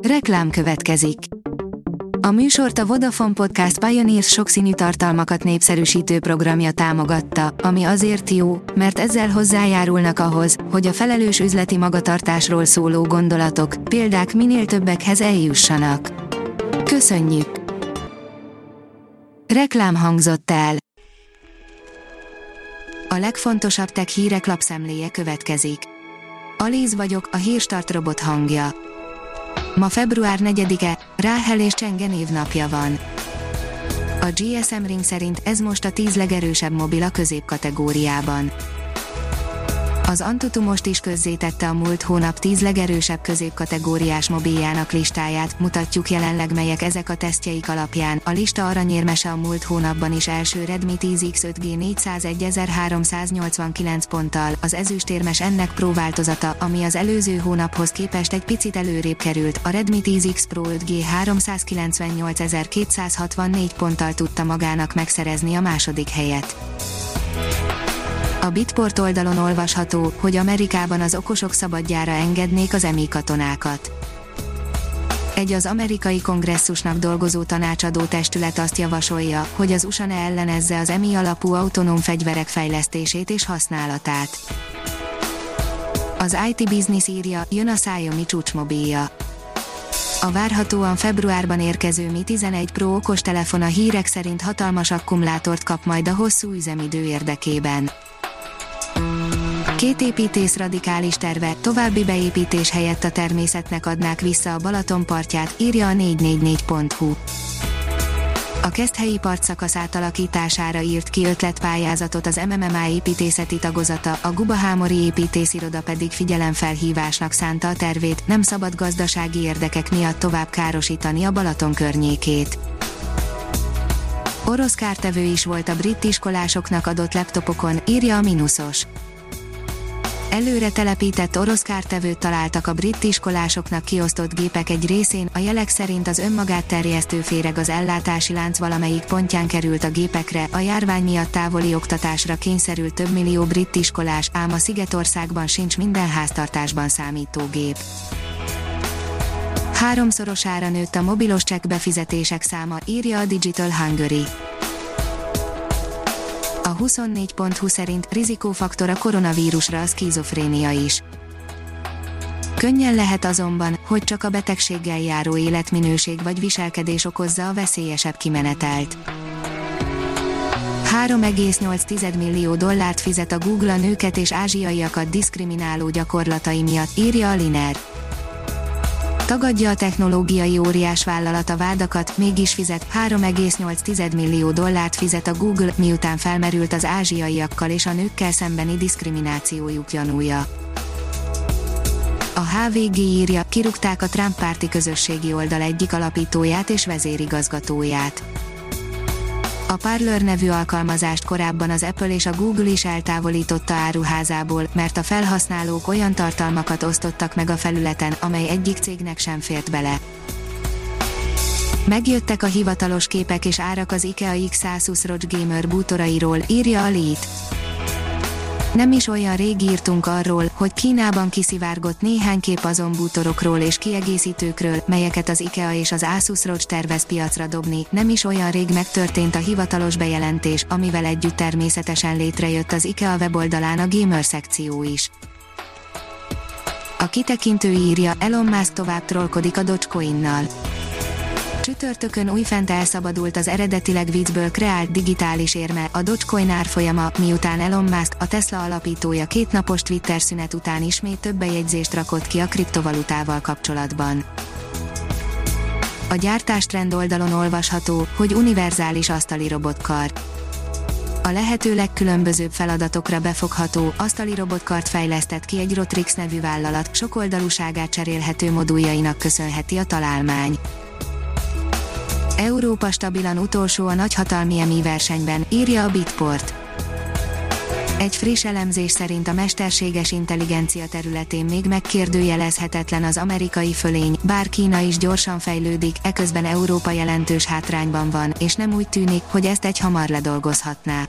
Reklám következik. A műsort a Vodafone Podcast Pioneers sokszínű tartalmakat népszerűsítő programja támogatta, ami azért jó, mert ezzel hozzájárulnak ahhoz, hogy a felelős üzleti magatartásról szóló gondolatok, példák minél többekhez eljussanak. Köszönjük! Reklám hangzott el. A legfontosabb tech hírek lapszemléje következik. Alíz vagyok, a Hírstart robot hangja. Ma február 4-e, Ráhel és Csenge névnapja van. A GSM Ring szerint ez most a 10 legerősebb mobil a középkategóriában. Az Antutu most is közzétette a múlt hónap 10 legerősebb középkategóriás mobiljának listáját, mutatjuk jelenleg melyek ezek a tesztjeik alapján. A lista aranyérmese a múlt hónapban is első Redmi 10X 5G 401.389 ponttal, az ezüstérmes ennek Pro változata, ami az előző hónaphoz képest egy picit előrébb került, a Redmi 10X Pro 5G 398.264 ponttal tudta magának megszerezni a második helyet. A Bitport oldalon olvasható, hogy Amerikában az okosok szabadjára engednék az EMI katonákat. Egy az amerikai kongresszusnak dolgozó tanácsadó testület azt javasolja, hogy az USA ne ellenezze az EMI alapú autonóm fegyverek fejlesztését és használatát. Az IT Business írja, jön a Xiaomi csúcsmobilja. A várhatóan februárban érkező Mi 11 Pro okostelefon a hírek szerint hatalmas akkumulátort kap majd a hosszú üzemidő érdekében. Két építész radikális terve, további beépítés helyett a természetnek adnák vissza a Balaton partját, írja a 444.hu. A Keszthelyi part szakasz átalakítására írt ki ötletpályázatot az MMMA építészeti tagozata, a Gubahámori építésziroda pedig figyelemfelhívásnak szánta a tervét, nem szabad gazdasági érdekek miatt tovább károsítani a Balaton környékét. Orosz kártevő is volt a brit iskolásoknak adott laptopokon, írja a Minusos. Előre telepített orosz kártevőt találtak a brit iskolásoknak kiosztott gépek egy részén, a jelek szerint az önmagát terjesztő féreg az ellátási lánc valamelyik pontján került a gépekre, a járvány miatt távoli oktatásra kényszerült több millió brit iskolás, ám a Szigetországban sincs minden háztartásban számítógép. Háromszorosára nőtt a mobilos csekk befizetések száma, írja a Digital Hungary. A 24.hu szerint rizikófaktor a koronavírusra a szkizofrénia is. Könnyen lehet azonban, hogy csak a betegséggel járó életminőség vagy viselkedés okozza a veszélyesebb kimenetelt. 3,8 millió dollárt fizet a Google a nőket és ázsiaiakat diszkrimináló gyakorlatai miatt, írja a Liner. Tagadja a technológiai óriás vállalat a vádakat, mégis fizet, 3,8 millió dollárt fizet a Google, miután felmerült az ázsiaiakkal és a nőkkel szembeni diszkriminációjuk gyanúja. A HVG írja, kirúgták a Trump párti közösségi oldal egyik alapítóját és vezérigazgatóját. A Parler nevű alkalmazást korábban az Apple és a Google is eltávolította áruházából, mert a felhasználók olyan tartalmakat osztottak meg a felületen, amely egyik cégnek sem fért bele. Megjöttek a hivatalos képek és árak az IKEA X120 Roach Gamer bútorairól, írja a Lead. Nem is olyan rég írtunk arról, hogy Kínában kiszivárgott néhány kép azon bútorokról és kiegészítőkről, melyeket az IKEA és az Asus Roach tervez piacra dobni, nem is olyan rég megtörtént a hivatalos bejelentés, amivel együtt természetesen létrejött az IKEA weboldalán a Gamer szekció is. A kitekintő írja, Elon Musk tovább trollkodik a Dogecoinnal. Csütörtökön újfent elszabadult az eredetileg viccből kreált digitális érme, a Dogecoin árfolyama, miután Elon Musk, a Tesla alapítója kétnapos Twitter szünet után ismét több bejegyzést rakott ki a kriptovalutával kapcsolatban. A gyártástrend oldalon olvasható, hogy univerzális asztali robotkar. A lehető legkülönbözőbb feladatokra befogható, asztali robotkart fejlesztett ki egy Rotrix nevű vállalat, sokoldalúságát cserélhető moduljainak köszönheti a találmány. Európa stabilan utolsó a nagyhatalmi EMI versenyben, írja a Bitport. Egy friss elemzés szerint a mesterséges intelligencia területén még megkérdőjelezhetetlen az amerikai fölény, bár Kína is gyorsan fejlődik, eközben Európa jelentős hátrányban van, és nem úgy tűnik, hogy ezt egyhamar ledolgozhatná.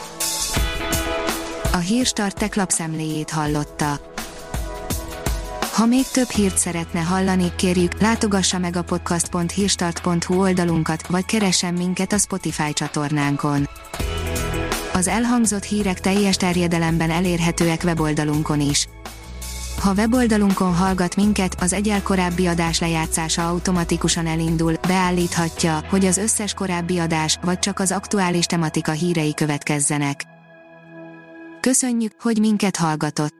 A Hírstart Tech lapszemléjét hallotta. Ha még több hírt szeretne hallani, kérjük, látogassa meg a podcast.hírstart.hu oldalunkat, vagy keressen minket a Spotify csatornánkon. Az elhangzott hírek teljes terjedelemben elérhetőek weboldalunkon is. Ha weboldalunkon hallgat minket, az egyel korábbi adás lejátszása automatikusan elindul, beállíthatja, hogy az összes korábbi adás, vagy csak az aktuális tematika hírei következzenek. Köszönjük, hogy minket hallgatott!